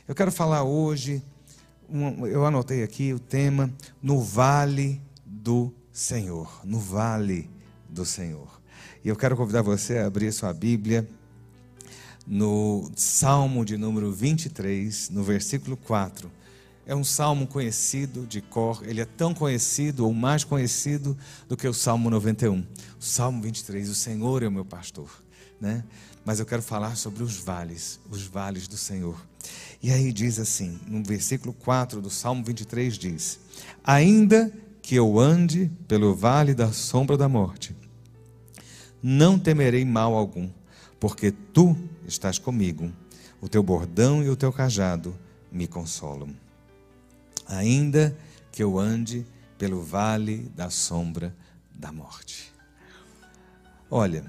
Eu quero falar hoje, eu anotei aqui o tema, no Vale do Senhor. No Vale do Senhor. E eu quero convidar você a abrir sua Bíblia no Salmo de número 23, no versículo 4. É um salmo conhecido de cor, ele é tão conhecido ou mais conhecido do que o Salmo 91. O Salmo 23, o Senhor é o meu pastor, né? Mas eu quero falar sobre os vales do Senhor. E aí diz assim, no versículo 4 do Salmo 23 diz: ainda que eu ande pelo vale da sombra da morte, não temerei mal algum, porque tu estás comigo, o teu bordão e o teu cajado me consolam. Ainda que eu ande pelo vale da sombra da morte. Olha,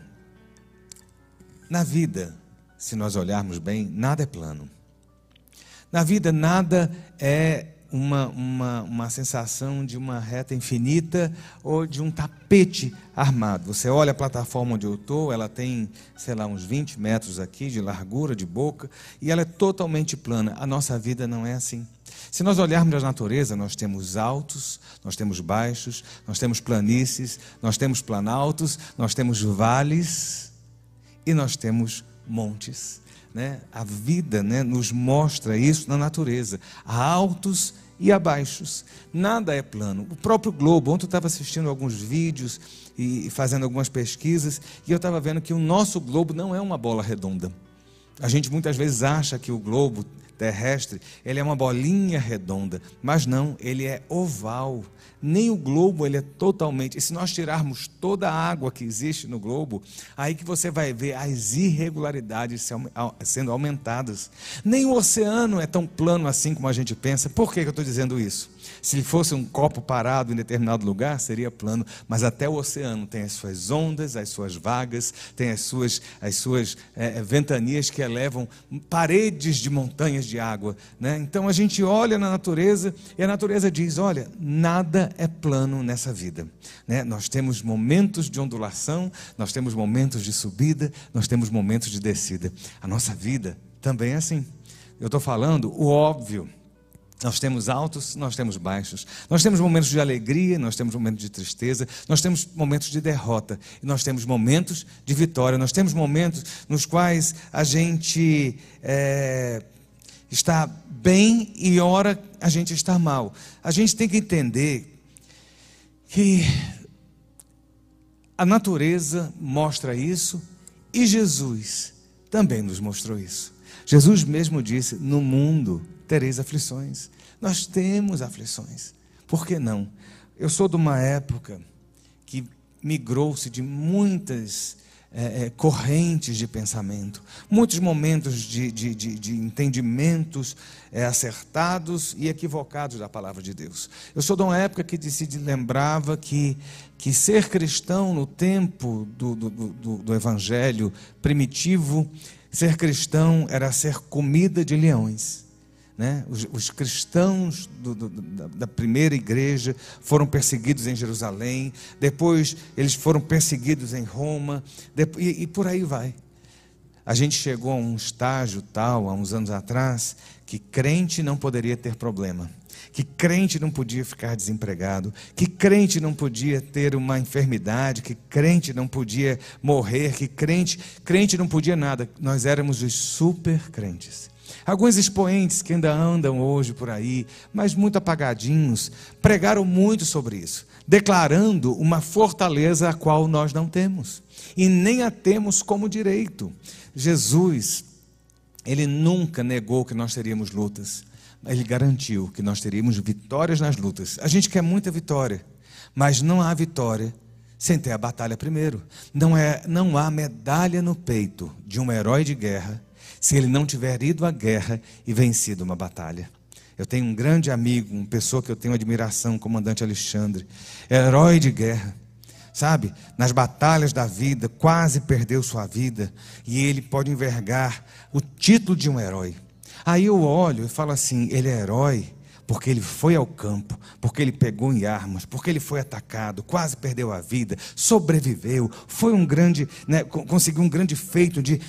na vida, se nós olharmos bem, nada é plano. Na vida, nada é uma sensação de uma reta infinita ou de um tapete armado. Você olha a plataforma onde eu estou, ela tem, sei lá, uns 20 metros aqui de largura, de boca, e ela é totalmente plana. A nossa vida não é assim. Se nós olharmos a natureza, nós temos altos, nós temos baixos, nós temos planícies, nós temos planaltos, nós temos vales e nós temos montes, né? A vida, né, nos mostra isso na natureza. Há altos e há baixos. Nada é plano. O próprio globo, ontem eu estava assistindo alguns vídeos e fazendo algumas pesquisas, e eu estava vendo que o nosso globo não é uma bola redonda. A gente muitas vezes acha que o globo terrestre, ele é uma bolinha redonda, mas não, ele é oval. Nem o globo ele é totalmente, e se nós tirarmos toda a água que existe no globo, aí que você vai ver as irregularidades sendo aumentadas. Nem o oceano é tão plano assim como a gente pensa. Por que eu estou dizendo isso? Se fosse um copo parado em determinado lugar, seria plano, mas até o oceano tem as suas ondas, as suas vagas, tem as suas ventanias que elevam paredes de montanhas de água, né? Então a gente olha na natureza e a natureza diz: olha, nada é plano nessa vida, né? Nós temos momentos de ondulação, nós temos momentos de subida, nós temos momentos de descida. A nossa vida também é assim. Eu estou falando o óbvio. Nós temos altos, nós temos baixos. Nós temos momentos de alegria, nós temos momentos de tristeza. Nós temos momentos de derrota. E nós temos momentos de vitória. Nós temos momentos nos quais a gente está bem e ora a gente está mal. A gente tem que entender que a natureza mostra isso e Jesus também nos mostrou isso. Jesus mesmo disse: no mundo tereis aflições. Nós temos aflições. Por que não? Eu sou de uma época que migrou-se de muitas correntes de pensamento, muitos momentos de entendimentos acertados e equivocados da palavra de Deus. Eu sou de uma época que lembrava que ser cristão no tempo do evangelho primitivo, ser cristão era ser comida de leões, né? Os cristãos da primeira igreja foram perseguidos em Jerusalém, depois eles foram perseguidos em Roma, e por aí vai. A gente chegou a um estágio tal, há uns anos atrás, que crente não poderia ter problema, que crente não podia ficar desempregado, que crente não podia ter uma enfermidade, que crente não podia morrer, que crente não podia nada. Nós éramos os super crentes. Alguns expoentes que ainda andam hoje por aí, mas muito apagadinhos, pregaram muito sobre isso, declarando uma fortaleza a qual nós não temos e nem a temos como direito. Jesus, ele nunca negou que nós teríamos lutas. Ele garantiu que nós teríamos vitórias nas lutas. A gente quer muita vitória, mas não há vitória sem ter a batalha primeiro. Não há medalha no peito de um herói de guerra se ele não tiver ido à guerra e vencido uma batalha. Eu tenho um grande amigo, uma pessoa que eu tenho admiração, o comandante Alexandre, herói de guerra, sabe? Nas batalhas da vida, quase perdeu sua vida, e ele pode envergar o título de um herói. Aí eu olho e falo assim: ele é herói porque ele foi ao campo, porque ele pegou em armas, porque ele foi atacado, quase perdeu a vida, sobreviveu, foi um grande, conseguiu um grande feito de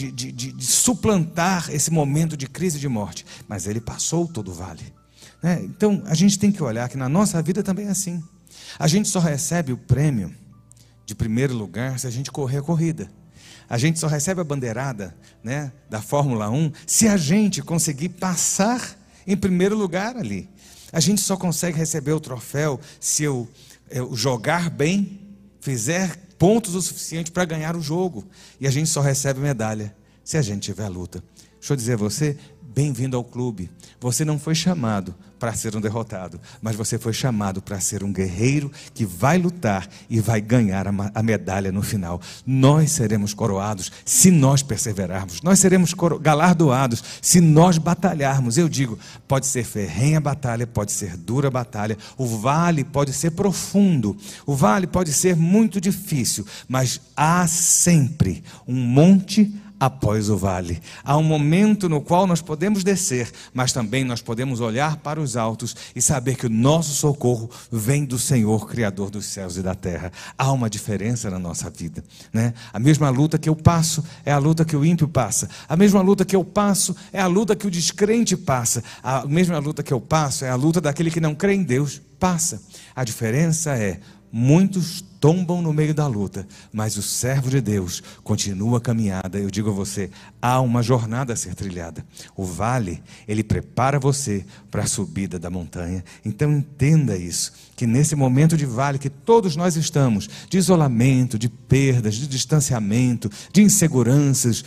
suplantar esse momento de crise de morte, mas ele passou todo o vale. Então a gente tem que olhar que na nossa vida também é assim. A gente só recebe o prêmio de primeiro lugar se a gente correr a corrida. A gente só recebe a bandeirada, da Fórmula 1 se a gente conseguir passar em primeiro lugar ali. A gente só consegue receber o troféu se eu jogar bem, fizer pontos o suficiente para ganhar o jogo. E a gente só recebe medalha se a gente tiver a luta. Deixa eu dizer a você, bem-vindo ao clube. Você não foi chamado para ser um derrotado, mas você foi chamado para ser um guerreiro que vai lutar e vai ganhar a medalha no final. Nós seremos coroados se nós perseverarmos. Nós seremos galardoados se nós batalharmos. Eu digo, pode ser ferrenha a batalha, pode ser dura a batalha, o vale pode ser profundo, o vale pode ser muito difícil, mas há sempre um monte após o vale. Há um momento no qual nós podemos descer, mas também nós podemos olhar para os altos e saber que o nosso socorro vem do Senhor, Criador dos céus e da terra. Há uma diferença na nossa vida, A mesma luta que eu passo é a luta que o ímpio passa. A mesma luta que eu passo é a luta que o descrente passa. A mesma luta que eu passo é a luta daquele que não crê em Deus passa. A diferença é: muitos tombam no meio da luta, mas o servo de Deus continua a caminhada. Eu digo a você, há uma jornada a ser trilhada. O vale, ele prepara você para a subida da montanha. Então entenda isso, que nesse momento de vale que todos nós estamos, de isolamento, de perdas, de distanciamento, de inseguranças,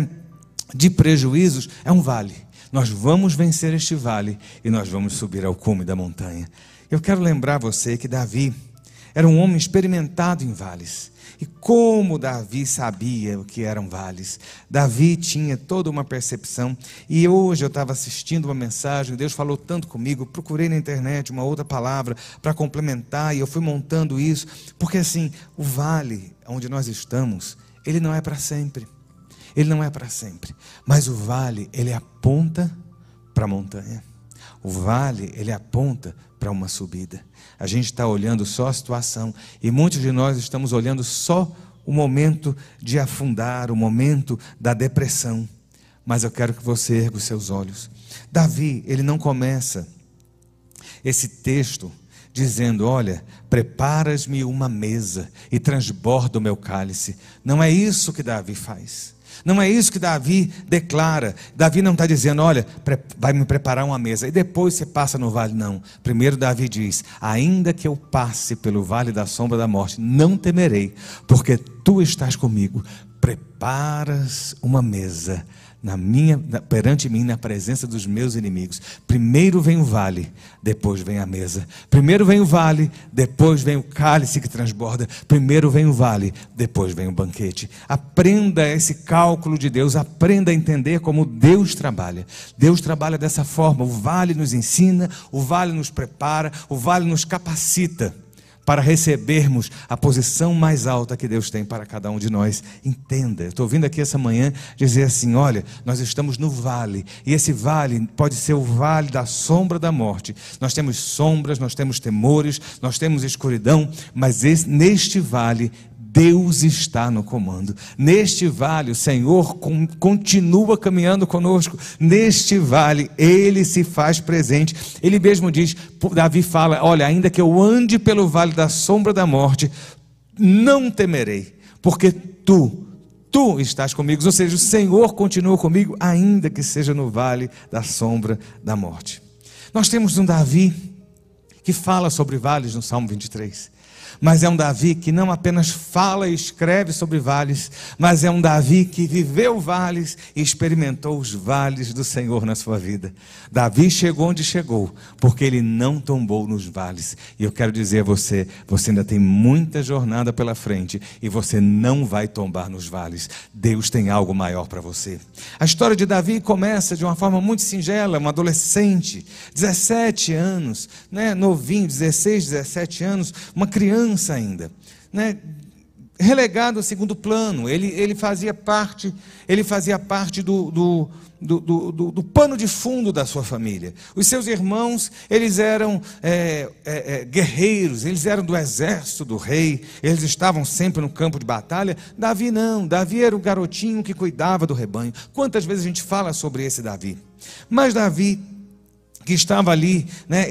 de prejuízos, é um vale. Nós vamos vencer este vale e nós vamos subir ao cume da montanha. Eu quero lembrar você que Davi era um homem experimentado em vales. E como Davi sabia o que eram vales? Davi tinha toda uma percepção. E hoje eu estava assistindo uma mensagem, Deus falou tanto comigo, procurei na internet uma outra palavra para complementar, e eu fui montando isso, porque assim, o vale onde nós estamos, ele não é para sempre. Ele não é para sempre. Mas o vale, ele aponta para a montanha. O vale, ele aponta para uma subida. A gente está olhando só a situação, e muitos de nós estamos olhando só o momento de afundar, o momento da depressão. Mas eu quero que você erga os seus olhos. Davi, ele não começa esse texto dizendo: olha, preparas-me uma mesa e transborda o meu cálice. Não é isso que Davi faz. Não é isso que Davi declara. Davi não está dizendo: olha, vai me preparar uma mesa e depois você passa no vale. Não. Primeiro Davi diz: ainda que eu passe pelo vale da sombra da morte, não temerei, porque tu estás comigo. Preparas uma mesa perante mim, na presença dos meus inimigos. Primeiro vem o vale, depois vem a mesa. Primeiro vem o vale, depois vem o cálice que transborda. Primeiro vem o vale, depois vem o banquete. Aprenda esse cálculo de Deus, aprenda a entender como Deus trabalha. Deus trabalha dessa forma. O vale nos ensina, o vale nos prepara, o vale nos capacita para recebermos a posição mais alta que Deus tem para cada um de nós. Entenda, eu estou vindo aqui essa manhã dizer assim: olha, nós estamos no vale, e esse vale pode ser o vale da sombra da morte. Nós temos sombras, nós temos temores, nós temos escuridão, mas neste vale Deus está no comando. Neste vale o Senhor continua caminhando conosco. Neste vale Ele se faz presente. Ele mesmo diz, Davi fala: olha, ainda que eu ande pelo vale da sombra da morte, não temerei, porque tu estás comigo. Ou seja, o Senhor continua comigo, ainda que seja no vale da sombra da morte. Nós temos um Davi que fala sobre vales no Salmo 23. Mas é um Davi que não apenas fala e escreve sobre vales, mas é um Davi que viveu vales e experimentou os vales do Senhor na sua vida. Davi chegou onde chegou, porque ele não tombou nos vales. E eu quero dizer a você, você ainda tem muita jornada pela frente e você não vai tombar nos vales. Deus tem algo maior para você. A história de Davi começa de uma forma muito singela, um adolescente, 17 anos, novinho, 16, 17 anos, uma criança ainda, relegado a segundo plano. Ele fazia parte do pano de fundo da sua família. Os seus irmãos, eles eram guerreiros, eles eram do exército do rei, eles estavam sempre no campo de batalha. Davi não, Davi era o garotinho que cuidava do rebanho. Quantas vezes a gente fala sobre esse Davi? Mas Davi, que estava ali, né,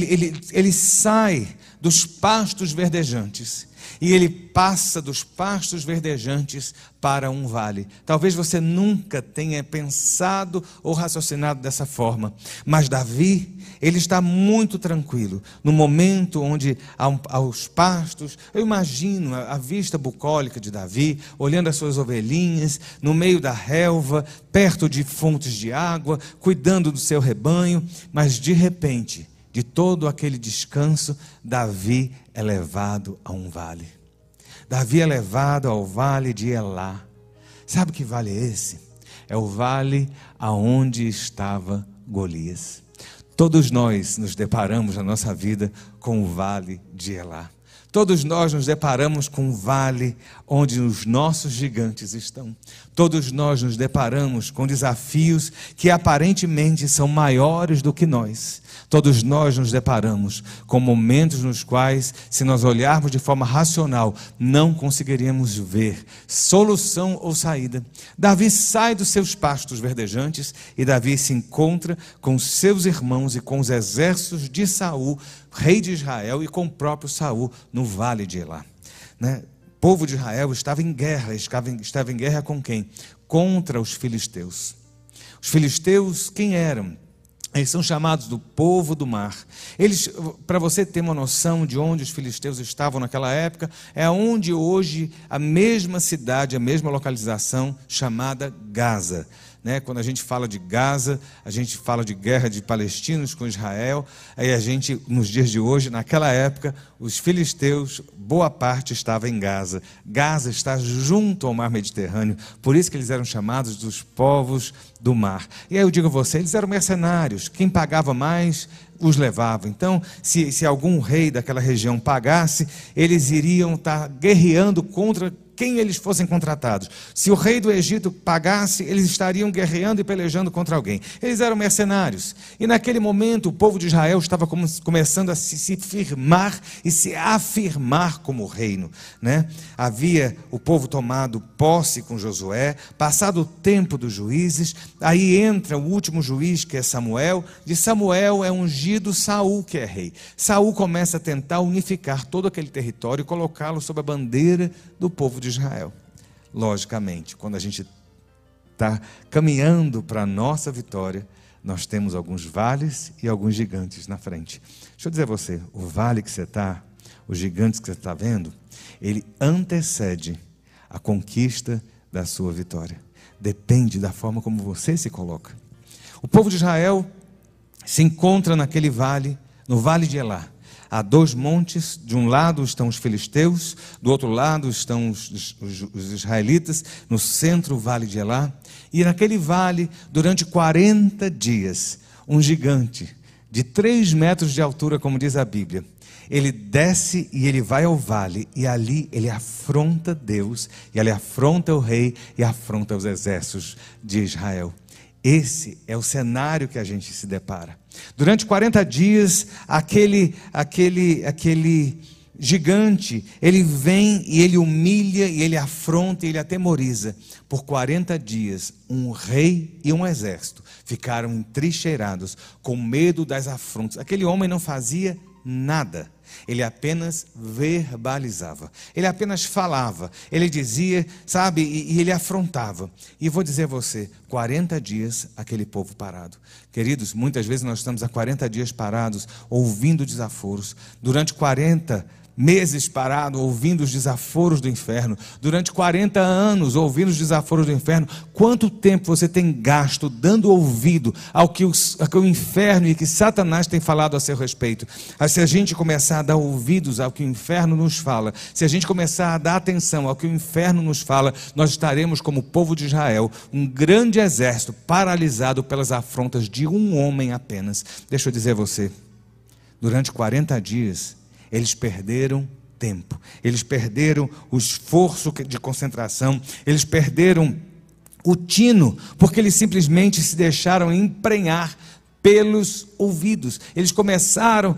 ele sai dos pastos verdejantes, e ele passa dos pastos verdejantes para um vale. Talvez você nunca tenha pensado ou raciocinado dessa forma, mas Davi, ele está muito tranquilo, no momento onde aos pastos, eu imagino a vista bucólica de Davi, olhando as suas ovelhinhas, no meio da relva, perto de fontes de água, cuidando do seu rebanho, mas de repente, de todo aquele descanso, Davi é levado a um vale. Davi é levado ao vale de Elá. Sabe que vale é esse? É o vale aonde estava Golias. Todos nós nos deparamos na nossa vida com o vale de Elá. Todos nós nos deparamos com um vale onde os nossos gigantes estão. Todos nós nos deparamos com desafios que aparentemente são maiores do que nós. Todos nós nos deparamos com momentos nos quais, se nós olharmos de forma racional, não conseguiríamos ver solução ou saída. Davi sai dos seus pastos verdejantes e Davi se encontra com seus irmãos e com os exércitos de Saul, rei de Israel, e com o próprio Saul no vale de Elá. O povo de Israel estava em guerra. Estava em guerra com quem? Contra os filisteus. Os filisteus, quem eram? Eles são chamados do povo do mar. Eles, para você ter uma noção de onde os filisteus estavam naquela época, é onde hoje a mesma cidade, a mesma localização, chamada Gaza. Quando a gente fala de Gaza, a gente fala de guerra de palestinos com Israel. Aí a gente, nos dias de hoje, naquela época, os filisteus, boa parte estava em Gaza. Gaza está junto ao mar Mediterrâneo, por isso que eles eram chamados dos povos do mar. E aí eu digo a você, eles eram mercenários, quem pagava mais os levava. Então, se algum rei daquela região pagasse, eles iriam estar guerreando contra quem eles fossem contratados. Se o rei do Egito pagasse, eles estariam guerreando e pelejando contra alguém. Eles eram mercenários. E naquele momento o povo de Israel estava começando a se firmar e se afirmar como reino. Havia o povo tomado posse com Josué, passado o tempo dos juízes, aí entra o último juiz, que é Samuel. De Samuel é ungido Saul, que é rei. Saul começa a tentar unificar todo aquele território e colocá-lo sob a bandeira do povo de Israel. Logicamente, quando a gente está caminhando para a nossa vitória, nós temos alguns vales e alguns gigantes na frente. Deixa eu dizer a você, o vale que você está, os gigantes que você está vendo, ele antecede a conquista da sua vitória. Depende da forma como você se coloca. O povo de Israel se encontra naquele vale, no vale de Elá. Há dois montes, de um lado estão os filisteus, do outro lado estão os israelitas, no centro o vale de Elá. E naquele vale, durante 40 dias, um gigante de 3 metros de altura, como diz a Bíblia, ele desce e ele vai ao vale, e ali ele afronta Deus, e ele afronta o rei, e afronta os exércitos de Israel. Esse é o cenário que a gente se depara. Durante 40 dias, aquele gigante, ele vem e ele humilha, e ele afronta, e ele atemoriza. Por 40 dias, um rei e um exército ficaram entrincheirados, com medo das afrontas. Aquele homem não fazia nada. Ele apenas verbalizava, ele apenas falava, ele dizia, sabe, e ele afrontava. E vou dizer a você, 40 dias aquele povo parado. Queridos, muitas vezes nós estamos há 40 dias parados, ouvindo desaforos. Durante 40 meses parado, ouvindo os desaforos do inferno. Durante 40 anos, ouvindo os desaforos do inferno. Quanto tempo você tem gasto dando ouvido ao que o inferno e que Satanás tem falado a seu respeito? Se a gente começar a dar ouvidos ao que o inferno nos fala, se a gente começar a dar atenção ao que o inferno nos fala, nós estaremos como o povo de Israel, um grande exército paralisado pelas afrontas de um homem apenas. Deixa eu dizer a você, durante 40 dias, eles perderam tempo, eles perderam o esforço de concentração, eles perderam o tino, porque eles simplesmente se deixaram emprenhar pelos ouvidos. Eles começaram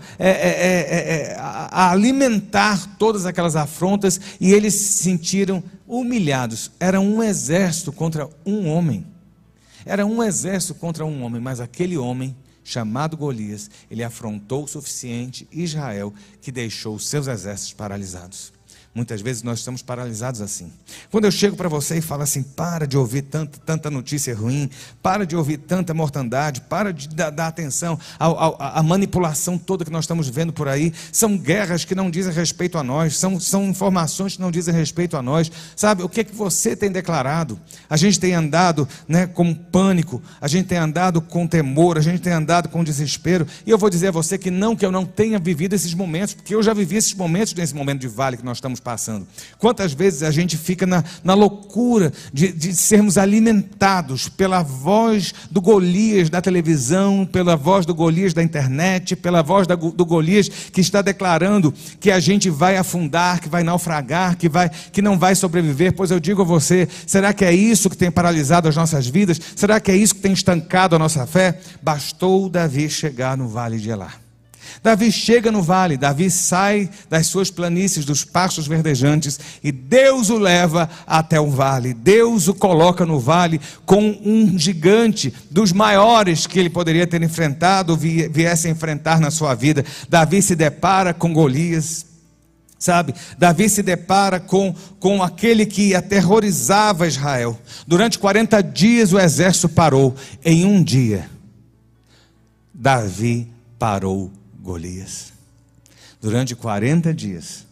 a alimentar todas aquelas afrontas e eles se sentiram humilhados. Era um exército contra um homem. Era um exército contra um homem, mas aquele homem, chamado Golias, ele afrontou o suficiente Israel, que deixou os seus exércitos paralisados. Muitas vezes nós estamos paralisados assim. Quando eu chego para você e falo assim, para de ouvir tanta notícia ruim, para de ouvir tanta mortandade, para de dar atenção à manipulação toda que nós estamos vendo por aí. São guerras que não dizem respeito a nós, são informações que não dizem respeito a nós. Sabe, o que é que você tem declarado? A gente tem andado, né, com pânico, a gente tem andado com temor, a gente tem andado com desespero. E eu vou dizer a você que eu não tenha vivido esses momentos, porque eu já vivi esses momentos nesse momento de vale que nós estamos passando. Quantas vezes a gente fica na loucura de sermos alimentados pela voz do Golias da televisão, pela voz do Golias da internet, pela voz do Golias que está declarando que a gente vai afundar, que vai naufragar, que não vai sobreviver. Pois eu digo a você, será que é isso que tem paralisado as nossas vidas? Será que é isso que tem estancado a nossa fé? Bastou Davi chegar no vale de Elá. Davi chega no vale, Davi sai das suas planícies, dos pastos verdejantes, e Deus o leva até o vale. Deus o coloca no vale com um gigante dos maiores que ele poderia ter enfrentado, viesse a enfrentar na sua vida. Davi se depara com Golias, sabe? Davi se depara com aquele que aterrorizava Israel. Durante 40 dias o exército parou. Em um dia, Davi parou Golias. Durante 40 dias,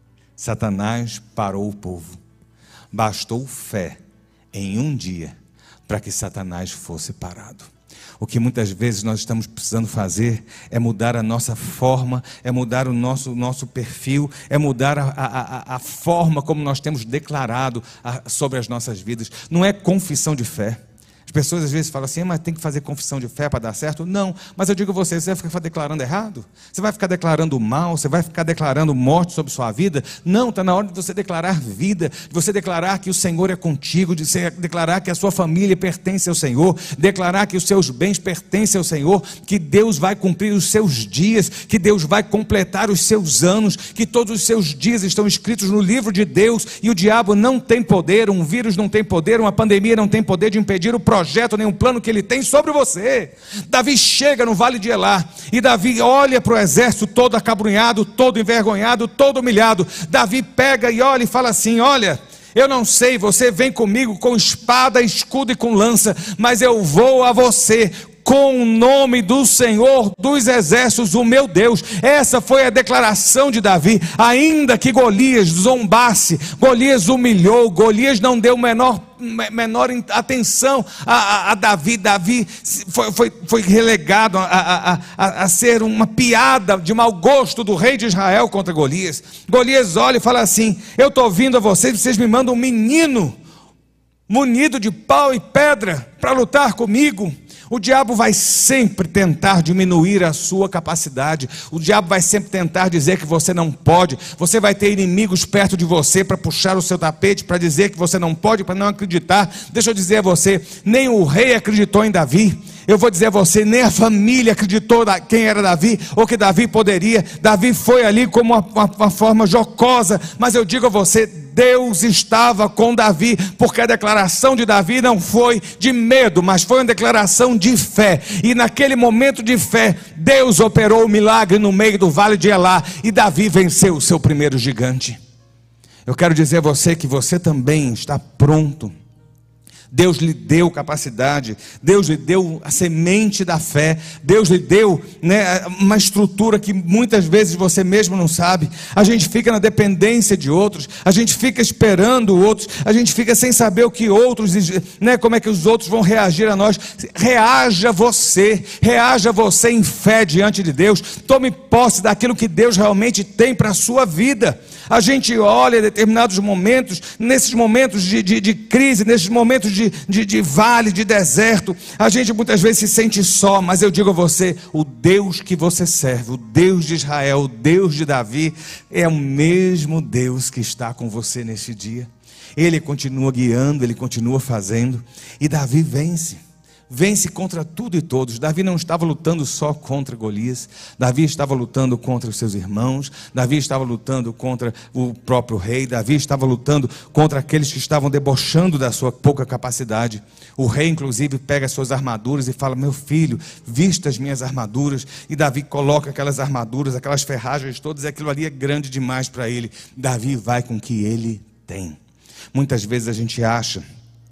Satanás parou o povo. Bastou fé em um dia para que Satanás fosse parado. O que muitas vezes nós estamos precisando fazer é mudar a nossa forma, é mudar o nosso perfil, é mudar a forma como nós temos declarado sobre as nossas vidas. Não é confissão de fé. As pessoas às vezes falam assim, mas tem que fazer confissão de fé para dar certo? Não, mas eu digo a você, você vai ficar declarando errado? Você vai ficar declarando mal? Você vai ficar declarando morte sobre sua vida? Não, está na hora de você declarar vida, de você declarar que o Senhor é contigo, de você declarar que a sua família pertence ao Senhor, declarar que os seus bens pertencem ao Senhor, que Deus vai cumprir os seus dias, que Deus vai completar os seus anos, que todos os seus dias estão escritos no livro de Deus, e o diabo não tem poder, um vírus não tem poder, uma pandemia não tem poder de impedir o projeto, nem um plano que ele tem sobre você. Davi chega no vale de Elá, e Davi olha para o exército todo acabrunhado, todo envergonhado, todo humilhado. Davi pega e olha e fala assim, olha, eu não sei, você vem comigo com espada, escudo e com lança, mas eu vou a você com o nome do Senhor dos exércitos, o meu Deus. Essa foi a declaração de Davi. Ainda que Golias zombasse, Golias humilhou, Golias não deu menor atenção a Davi. Davi foi relegado a ser uma piada de mau gosto do rei de Israel contra Golias. Golias olha e fala assim, eu estou vindo a vocês me mandam um menino munido de pau e pedra para lutar comigo. O diabo vai sempre tentar diminuir a sua capacidade. O diabo vai sempre tentar dizer que você não pode. Você vai ter inimigos perto de você para puxar o seu tapete, para dizer que você não pode, para não acreditar. Deixa eu dizer a você, nem o rei acreditou em Davi. Eu vou dizer a você, nem a família acreditou quem era Davi, ou que Davi poderia. Davi foi ali como uma forma jocosa, mas eu digo a você, Deus estava com Davi, porque a declaração de Davi não foi de medo, mas foi uma declaração de fé. E naquele momento de fé, Deus operou o milagre no meio do vale de Elá, e Davi venceu o seu primeiro gigante. Eu quero dizer a você que você também está pronto. Deus lhe deu capacidade, Deus lhe deu a semente da fé, Deus lhe deu, né, uma estrutura que muitas vezes você mesmo não sabe. A gente fica na dependência de outros, a gente fica esperando outros, a gente fica sem saber o que outros, né, como é que os outros vão reagir a nós. Reaja você em fé diante de Deus. Tome posse daquilo que Deus realmente tem para a sua vida. A gente olha em determinados momentos, nesses momentos de crise, nesses momentos de vale, de deserto, a gente muitas vezes se sente só, mas eu digo a você, o Deus que você serve, o Deus de Israel, o Deus de Davi, é o mesmo Deus que está com você neste dia. Ele continua guiando, Ele continua fazendo, e Davi vence contra tudo e todos. Davi não estava lutando só contra Golias, Davi estava lutando contra os seus irmãos, Davi estava lutando contra o próprio rei, Davi estava lutando contra aqueles que estavam debochando da sua pouca capacidade. O rei inclusive pega as suas armaduras e fala: meu filho, vista as minhas armaduras. E Davi coloca aquelas armaduras, aquelas ferragens todas, e aquilo ali é grande demais para ele. Davi vai com o que ele tem. Muitas vezes a gente acha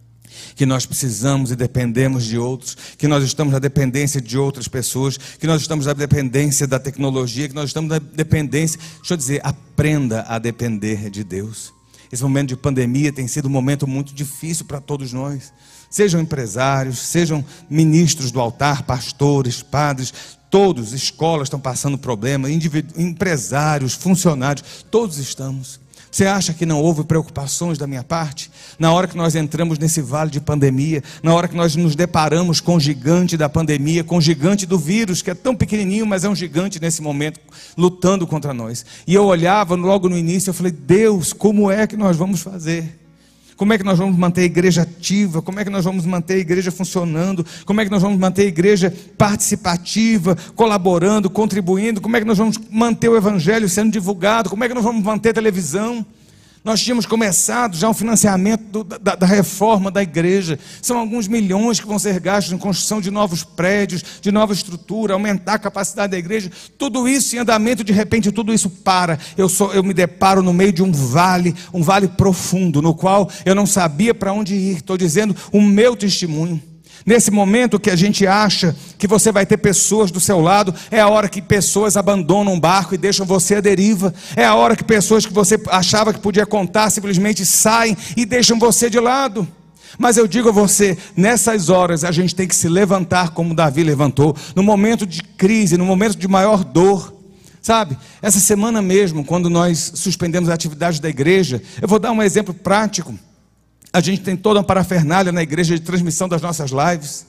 que nós precisamos e dependemos de outros, que nós estamos na dependência de outras pessoas, que nós estamos na dependência da tecnologia, que nós estamos na dependência. Deixa eu dizer, aprenda a depender de Deus. Esse momento de pandemia tem sido um momento muito difícil para todos nós. Sejam empresários, sejam ministros do altar, pastores, padres, todos, escolas estão passando problema, empresários, funcionários, todos estamos. Você acha que não houve preocupações da minha parte? Na hora que nós entramos nesse vale de pandemia, na hora que nós nos deparamos com o gigante da pandemia, com o gigante do vírus, que é tão pequenininho, mas é um gigante nesse momento, lutando contra nós. E eu olhava logo no início, eu falei: Deus, como é que nós vamos fazer? Como é que nós vamos manter a igreja ativa? Como é que nós vamos manter a igreja funcionando? Como é que nós vamos manter a igreja participativa, colaborando, contribuindo? Como é que nós vamos manter o evangelho sendo divulgado? Como é que nós vamos manter a televisão? Nós tínhamos começado já um financiamento da reforma da igreja. São alguns milhões que vão ser gastos em construção de novos prédios, de nova estrutura, aumentar a capacidade da igreja. Tudo isso em andamento, de repente tudo isso para. Eu me deparo no meio de um vale profundo, no qual eu não sabia para onde ir. Estou dizendo o meu testemunho. Nesse momento que a gente acha que você vai ter pessoas do seu lado, é a hora que pessoas abandonam o barco e deixam você à deriva. É a hora que pessoas que você achava que podia contar simplesmente saem e deixam você de lado. Mas eu digo a você, nessas horas a gente tem que se levantar como Davi levantou, no momento de crise, no momento de maior dor. Sabe, essa semana mesmo, quando nós suspendemos a atividade da igreja, eu vou dar um exemplo prático. A gente tem toda uma parafernália na igreja de transmissão das nossas lives.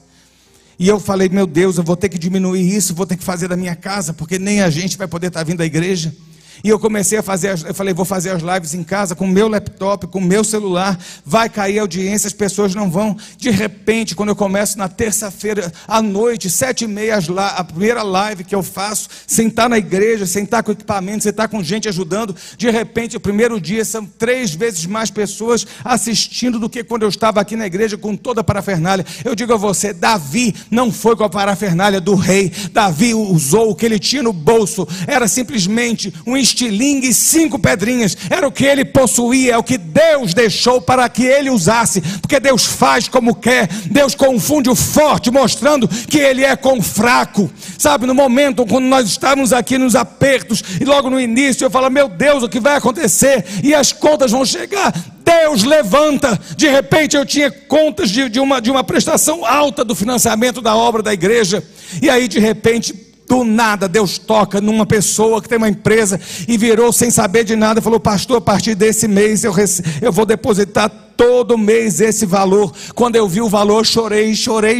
E eu falei: meu Deus, eu vou ter que diminuir isso, vou ter que fazer da minha casa, porque nem a gente vai poder estar vindo à igreja. E eu comecei a fazer, eu falei: vou fazer as lives em casa, com o meu laptop, com o meu celular. Vai cair a audiência, as pessoas não vão. De repente, quando eu começo na terça-feira à noite, 7h30, a primeira live que eu faço, sem estar na igreja, sem estar com equipamento, sem estar com gente ajudando. De repente, o primeiro dia, são 3 vezes mais pessoas assistindo do que quando eu estava aqui na igreja com toda a parafernália. Eu digo a você, Davi não foi com a parafernália do rei. Davi usou o que ele tinha no bolso. Era simplesmente um estilingue e 5 pedrinhas, era o que ele possuía, é o que Deus deixou para que ele usasse, porque Deus faz como quer. Deus confunde o forte, mostrando que ele é com o fraco. Sabe, no momento quando nós estávamos aqui nos apertos, e logo no início eu falo: meu Deus, o que vai acontecer? E as contas vão chegar. Deus levanta. De repente eu tinha contas de uma prestação alta do financiamento da obra da igreja, e aí de repente, do nada, Deus toca numa pessoa que tem uma empresa e virou sem saber de nada, falou: pastor, a partir desse mês eu vou depositar todo mês esse valor. Quando eu vi o valor, chorei,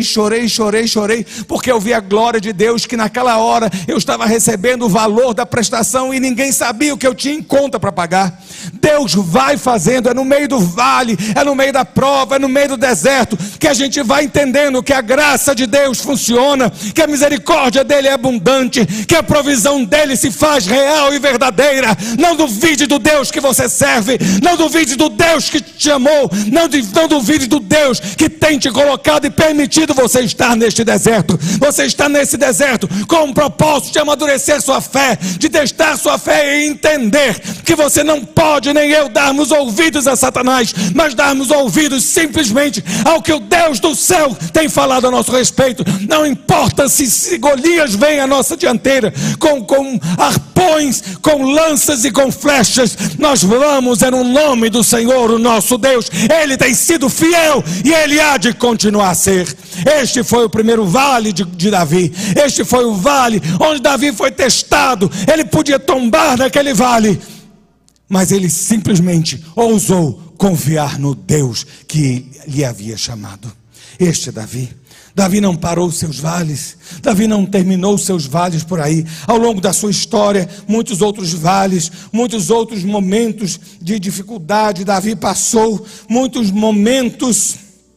porque eu vi a glória de Deus, que naquela hora eu estava recebendo o valor da prestação e ninguém sabia o que eu tinha em conta para pagar. Deus vai fazendo, é no meio do vale, é no meio da prova, é no meio do deserto, que a gente vai entendendo que a graça de Deus funciona, que a misericórdia dele é abundante, que a provisão dele se faz real e verdadeira. Não duvide do Deus que você serve, não duvide do Deus que te chamou, não duvide do Deus que tem te colocado e permitido você estar neste deserto. Você está nesse deserto com um propósito de amadurecer sua fé, de testar sua fé e entender que você não pode, nem eu, darmos ouvidos a Satanás, mas darmos ouvidos simplesmente ao que o Deus do céu tem falado a nosso respeito. Não importa se Golias vem à nossa dianteira com arpões, com lanças e com flechas, nós vamos no nome do Senhor, o nosso Deus. Ele tem sido fiel e ele há de continuar a ser. Este foi o primeiro vale de Davi. Este foi o vale onde Davi foi testado. Ele podia tombar naquele vale, Mas ele simplesmente ousou confiar no Deus que lhe havia chamado. Este é Davi. Davi não parou seus vales, Davi não terminou seus vales por aí. Ao longo da sua história, muitos outros vales, muitos outros momentos de dificuldade, Davi passou, muitos momentos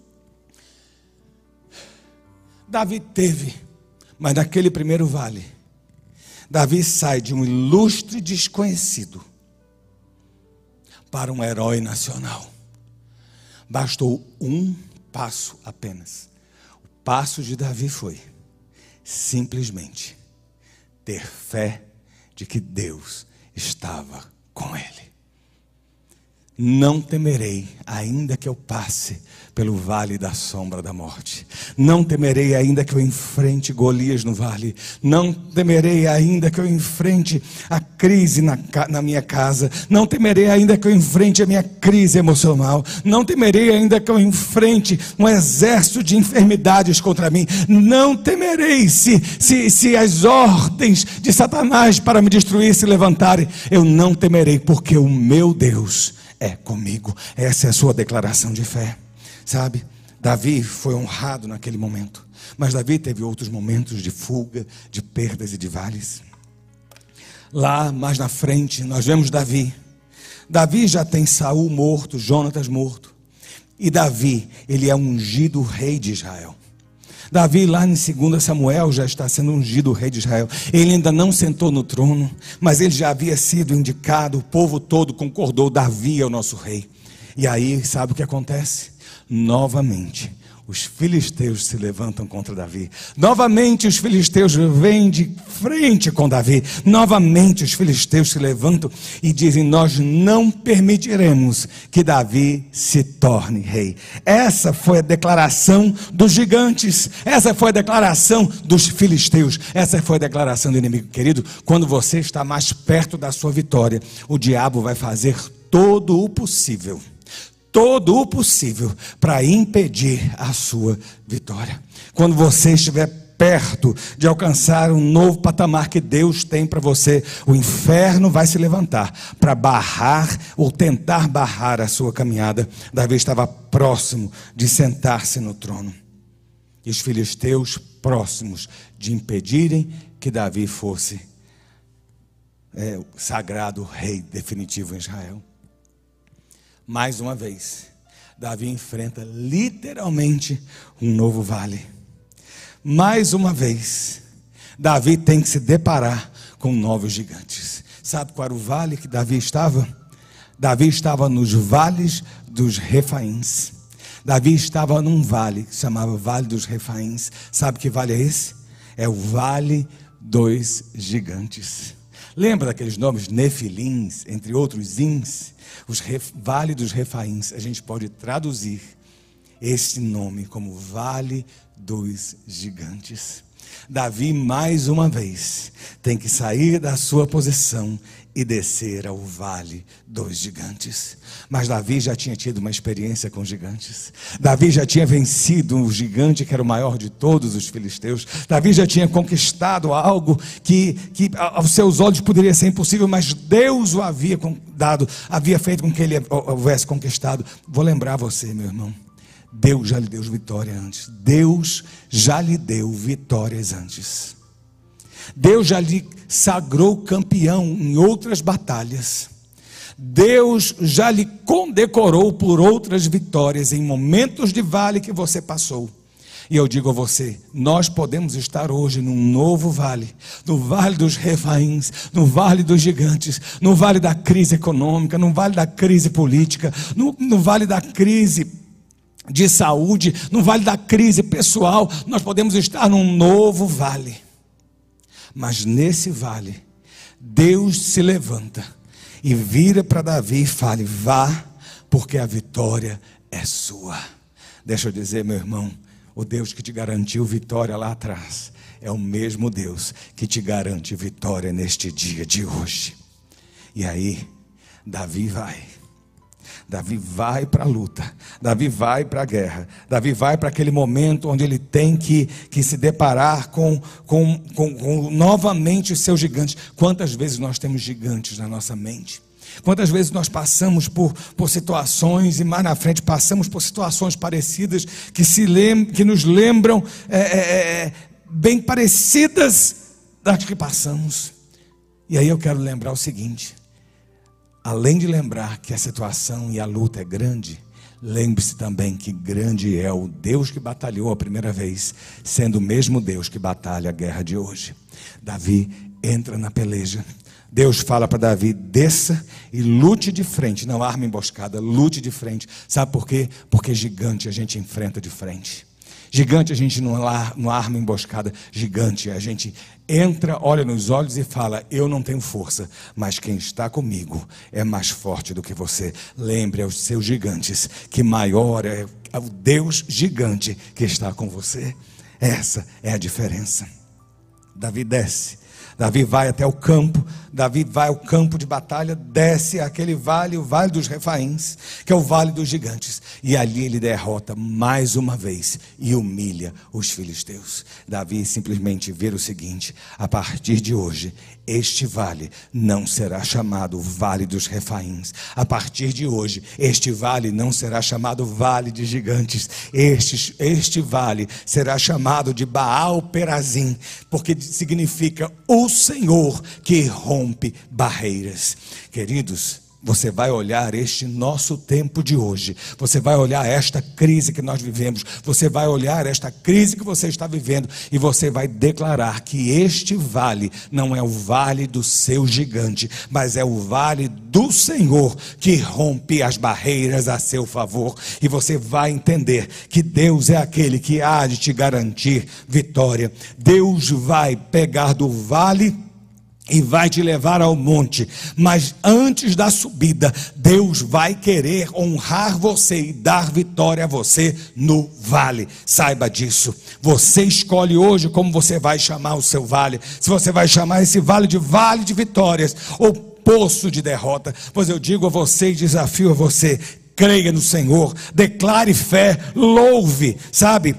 Davi teve, mas naquele primeiro vale, Davi sai de um ilustre desconhecido para um herói nacional. Bastou um passo apenas. O passo de Davi foi simplesmente ter fé de que Deus estava com ele. Não temerei, ainda que eu passe pelo vale da sombra da morte. Não temerei, ainda que eu enfrente Golias no vale. Não temerei, ainda que eu enfrente a crise na minha casa. Não temerei, ainda que eu enfrente a minha crise emocional. Não temerei, ainda que eu enfrente um exército de enfermidades contra mim. Não temerei se as ordens de Satanás para me destruir se levantarem. Eu não temerei, porque o meu Deus é comigo. Essa é a sua declaração de fé. Sabe, Davi foi honrado naquele momento, mas Davi teve outros momentos de fuga, de perdas e de vales. Lá mais na frente nós vemos Davi já tem Saul morto, Jonatas morto, e Davi, ele é ungido rei de Israel. Davi lá em 2 Samuel já está sendo ungido rei de Israel. Ele ainda não sentou no trono, mas ele já havia sido indicado. O povo todo concordou, Davi é o nosso rei. E aí sabe o que acontece? Novamente os filisteus se levantam contra Davi. Novamente os filisteus vêm de frente com Davi. Novamente os filisteus se levantam e dizem: nós não permitiremos que Davi se torne rei. Essa foi a declaração dos gigantes. Essa foi a declaração dos filisteus. Essa foi a declaração do inimigo. Querido, quando você está mais perto da sua vitória, o diabo vai fazer todo o possível para impedir a sua vitória. Quando você estiver perto de alcançar um novo patamar que Deus tem para você, o inferno vai se levantar para barrar ou tentar barrar a sua caminhada. Davi estava próximo de sentar-se no trono, e os filisteus próximos de impedirem que Davi fosse sagrado rei definitivo em Israel. Mais uma vez, Davi enfrenta literalmente um novo vale. Mais uma vez, Davi tem que se deparar com novos gigantes. Sabe qual era o vale que Davi estava? Davi estava nos vales dos Refaíns. Davi estava num vale que se chamava Vale dos Refaíns. Sabe que vale é esse? É o Vale dos Gigantes. Lembra daqueles nomes Nefilins, entre outros ins? Vale dos Refaíns. A gente pode traduzir esse nome como Vale dos Gigantes. Davi, mais uma vez, tem que sair da sua posição e descer ao Vale dos Gigantes. Mas Davi já tinha tido uma experiência com gigantes. Davi já tinha vencido um gigante que era o maior de todos os filisteus. Davi já tinha conquistado algo que aos seus olhos poderia ser impossível, mas Deus o havia dado, havia feito com que ele houvesse conquistado. Vou lembrar você, meu irmão, Deus já lhe deu vitória antes. Deus já lhe deu vitórias antes. Deus já lhe sagrou campeão em outras batalhas. Deus já lhe condecorou por outras vitórias em momentos de vale que você passou. E eu digo a você, nós podemos estar hoje num novo vale, no Vale dos Refaíns, no Vale dos Gigantes, no Vale da crise econômica, no Vale da crise política, no Vale da crise de saúde, no Vale da crise pessoal. Nós podemos estar num novo vale. Mas nesse vale, Deus se levanta e vira para Davi e fala: vá, porque a vitória é sua. Deixa eu dizer, meu irmão, o Deus que te garantiu vitória lá atrás é o mesmo Deus que te garante vitória neste dia de hoje. E aí, Davi vai para a luta, Davi vai para a guerra, Davi vai para aquele momento onde ele tem que se deparar com novamente os seus gigantes. Quantas vezes nós temos gigantes na nossa mente? Quantas vezes nós passamos por situações e mais na frente passamos por situações parecidas que nos lembram bem parecidas das que passamos. E aí eu quero lembrar o seguinte: além de lembrar que a situação e a luta é grande, lembre-se também que grande é o Deus que batalhou a primeira vez, sendo o mesmo Deus que batalha a guerra de hoje. Davi entra na peleja. Deus fala para Davi: desça e lute de frente, não arma emboscada, lute de frente. Sabe por quê? Porque gigante a gente enfrenta de frente. Gigante a gente não arma emboscada. Gigante a gente entra, olha nos olhos e fala: eu não tenho força, mas quem está comigo é mais forte do que você. Lembre aos seus gigantes que maior é o Deus gigante que está com você. Essa é a diferença. Davi desce. Davi vai até o campo. Davi vai ao campo de batalha, desce aquele vale, o vale dos Refaíns, que é o vale dos gigantes, e ali ele derrota mais uma vez e humilha os filisteus. Davi simplesmente vê o seguinte: a partir de hoje este vale não será chamado vale dos Refaíns. A partir de hoje este vale não será chamado vale de gigantes. Este vale será chamado de Baal Perazim, porque significa o Senhor que rompe barreiras. Queridos, você vai olhar este nosso tempo de hoje, você vai olhar esta crise que nós vivemos, você vai olhar esta crise que você está vivendo, e você vai declarar que este vale não é o vale do seu gigante, mas é o vale do Senhor que rompe as barreiras a seu favor. E você vai entender que Deus é aquele que há de te garantir vitória. Deus vai pegar do vale e vai te levar ao monte, mas antes da subida, Deus vai querer honrar você e dar vitória a você no vale. Saiba disso. Você escolhe hoje como você vai chamar o seu vale. Se você vai chamar esse vale de vitórias ou poço de derrota. Pois eu digo a você e desafio a você: creia no Senhor, declare fé, louve, sabe?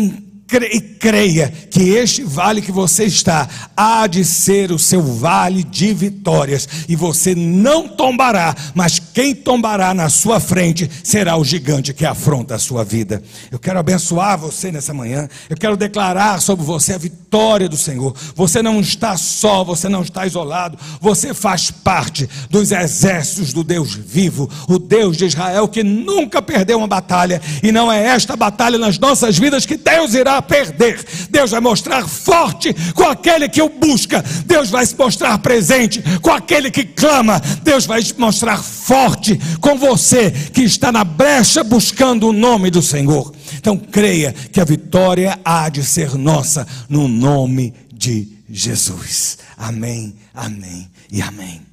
E creia que este vale que você está há de ser o seu vale de vitórias, e você não tombará, mas quem tombará na sua frente será o gigante que afronta a sua vida. Eu quero abençoar você nessa manhã, eu quero declarar sobre você a vitória do Senhor. Você não está só, você não está isolado, você faz parte dos exércitos do Deus vivo, o Deus de Israel, que nunca perdeu uma batalha, e não é esta batalha nas nossas vidas que Deus irá perder. Deus vai mostrar forte com aquele que o busca. Deus vai se mostrar presente com aquele que clama. Deus vai se mostrar forte com você que está na brecha buscando o nome do Senhor. Então creia que a vitória há de ser nossa no nome de Jesus. Amém, amém e amém.